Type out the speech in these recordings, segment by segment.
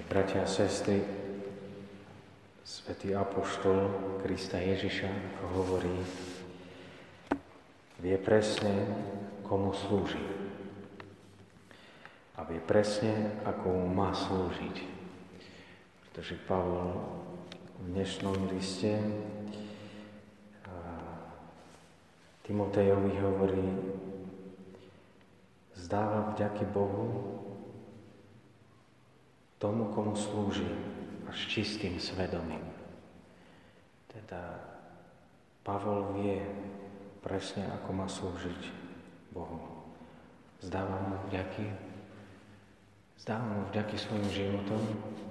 Bratia a sestry, svätý apoštol Krista Ježiša, ako hovorí, vie presne, komu slúži. A vie presne, ako mu má slúžiť. Pretože Pavol v dnešnom liste Timotejovi hovorí, vzdáva vďaky Bohu tomu, komu slúži, a s čistým svedomím. Teda Pavol vie presne, ako má slúžiť Bohu. Vzdáva mu vďaky svojim životom,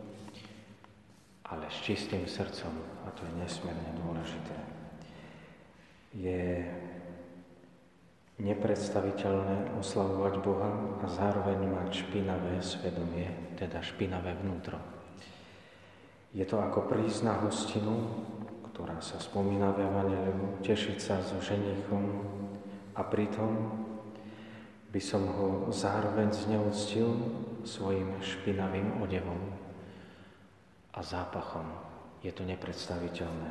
ale s čistým srdcom, a to je nesmierne dôležité. Je nepredstaviteľné oslavovať Boha a zároveň mať špinavé svedomie, teda špinavé vnútro. Je to ako prísť na hostinu, ktorá sa spomína v Evanjeliu, tešiť sa so ženichom a pritom by som ho zároveň zneúctil svojim špinavým odevom a zápachom. Je to nepredstaviteľné.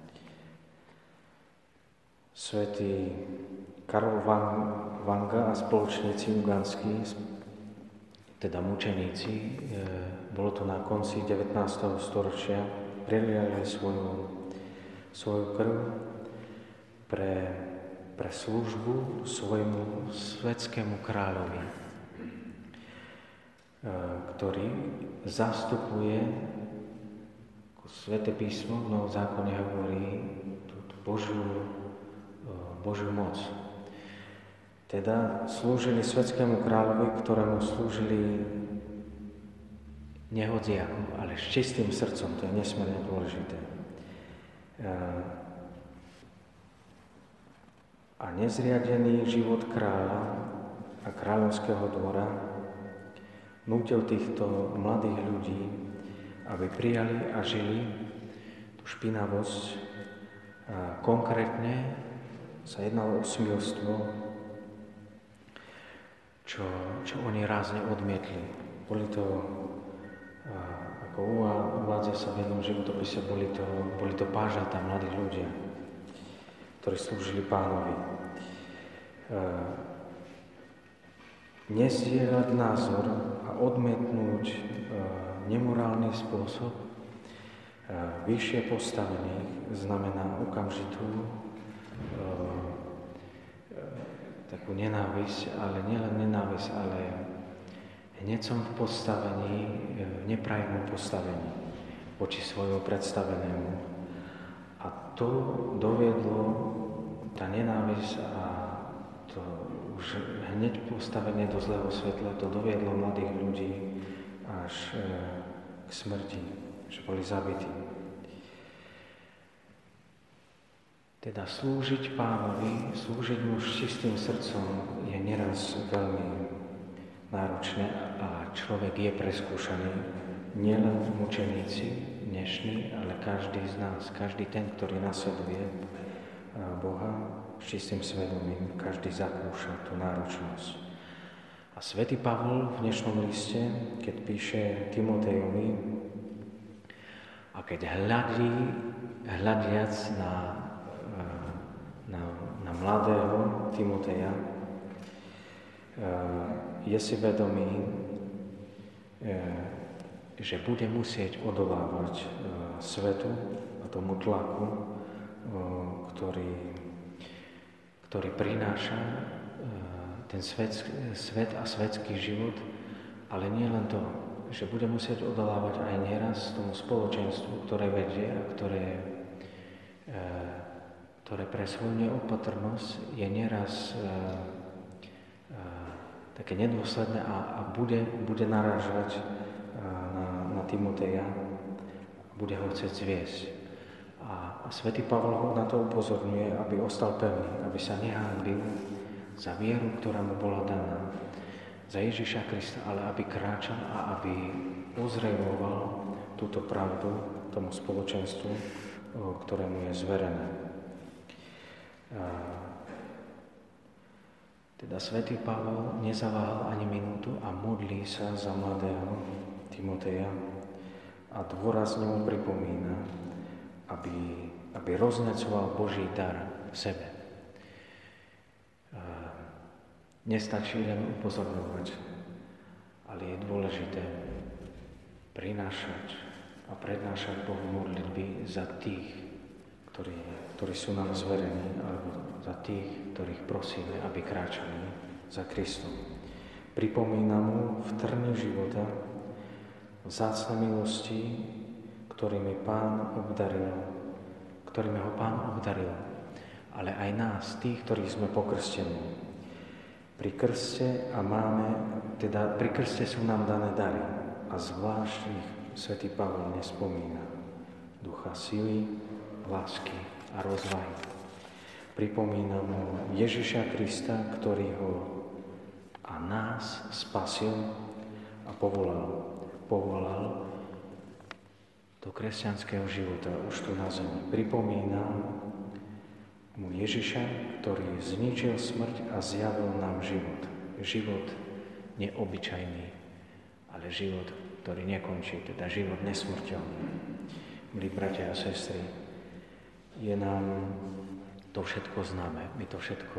Svätý Karol Vanga a spoločníci uganskí, teda mučeníci, bolo to na konci 19. storočia, preliali svoju krv pre službu svojmu svetskému kráľovi, ktorý zastupuje, ako Sväté písmo v Novom zákone hovorí, tú Božiu moc. Teda slúžili svetskému kráľovi, ktorému slúžili nehodiaku, ale s čistým srdcom, to je nesmierne dôležité. A nezriadený život kráľa a kráľovského dvora nútil týchto mladých ľudí, aby prijali a žili tú špinavosť. Konkrétne sa jednalo o smilstvo, čo oni rázne odmietli. Boli to, ako uvádza sa v jednom životopise, boli to pážatá, mladí ľudia, ktorí slúžili Pánovi. Nezdieľať názor a odmietnúť nemorálny spôsob vyššie postavených znamená okamžitú takú nenávisť, ale nielen nenávisť, ale hneď som v postavení, v neprajnom postavení voči svojmu predstavenému. A to doviedlo, tá nenávisť a to už hneď postavenie do zlého svetla, to doviedlo mladých ľudí až k smrti, že boli zabití. Teda slúžiť Pánovi, slúžiť mu s čistým srdcom je neraz veľmi náročné a človek je preskúšaný. Nielen mučeníci dnešní, ale každý z nás, každý ten, ktorý nasleduje Boha s čistým svedomím, každý zakúša tú náročnosť. A svätý Pavol v dnešnom liste, keď píše Timotejovi, a keď hľadiac na mladého Timoteja, je si vedomý, že bude musieť odolávať svetu a tomu tlaku, ktorý prináša ten svet a svetský život, ale nie len to, že bude musieť odolávať aj nieraz tomu spoločenstvu, ktoré vedie a ktoré pre svoju neopatrnosť je nieraz také nedôsledné a bude narážať na Timoteja, bude ho chcieť zviesť. A svätý Pavol ho na to upozorňuje, aby ostal pevný, aby sa nehanbil za vieru, ktorá mu bola daná, za Ježiša Krista, ale aby kráčal a aby uzrejmoval túto pravdu tomu spoločenstvu, ktorému je zverené. Teda svätý Pavol nezaváhal ani minútu a modlí sa za mladého Timoteja, a dôrazne mu pripomína, aby roznacoval Boží dar v sebe. Nestačí len upozorňovať, ale je dôležité prinášať a prednášať Bohu modlitby za tých, ktorí sú nám zverení, alebo za tých, ktorých prosíme, aby kráčali za Kristom. Pripomína mu v trni života vzácne milosti, ktorými ho Pán obdaril, ale aj nás, tých, ktorí sme pokrstení. Pri krste sú nám dané dary a zvlášť ich svätý Pavol nespomína. Ducha sily, lásky a rozvahy. Pripomína mu Ježiša Krista, ktorý ho a nás spasil a povolal do kresťanského života už tu na zemi. Pripomína mu Ježiša, ktorý zničil smrť a zjavil nám život. Život neobyčajný, ale život, ktorý nekončí, teda život nesmrteľný. Milí bratia a sestry, je nám to všetko známe. My to všetko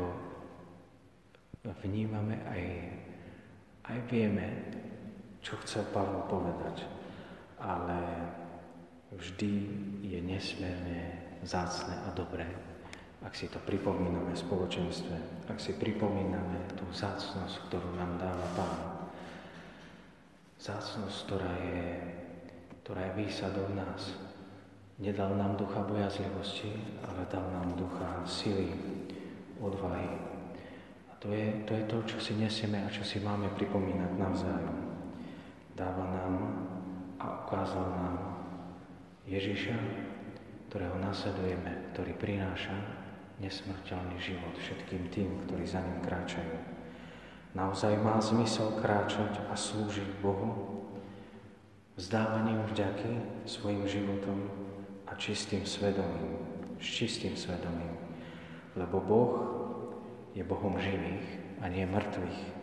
vnímame aj vieme, čo chcel Pavol povedať. Ale vždy je nesmierne vzácne a dobré, ak si to pripomíname v spoločenstve, ak si pripomíname tú vzácnosť, ktorú nám dáva Pán. Vzácnosť, ktorá je výsadou v nás. Nedal nám ducha bojazlivosti, ale dal nám ducha sily, odvahy. A to je to, čo si nesieme a čo si máme pripomínať navzájom. Dáva nám a ukázal nám Ježiša, ktorého nasledujeme, ktorý prináša nesmrteľný život všetkým tým, ktorí za ním kráčajú. Naozaj má zmysel kráčať a slúžiť Bohu vzdávaním vďaky svojim životom a s čistým svedomím, lebo Boh je Bohom živých a nie mŕtvych.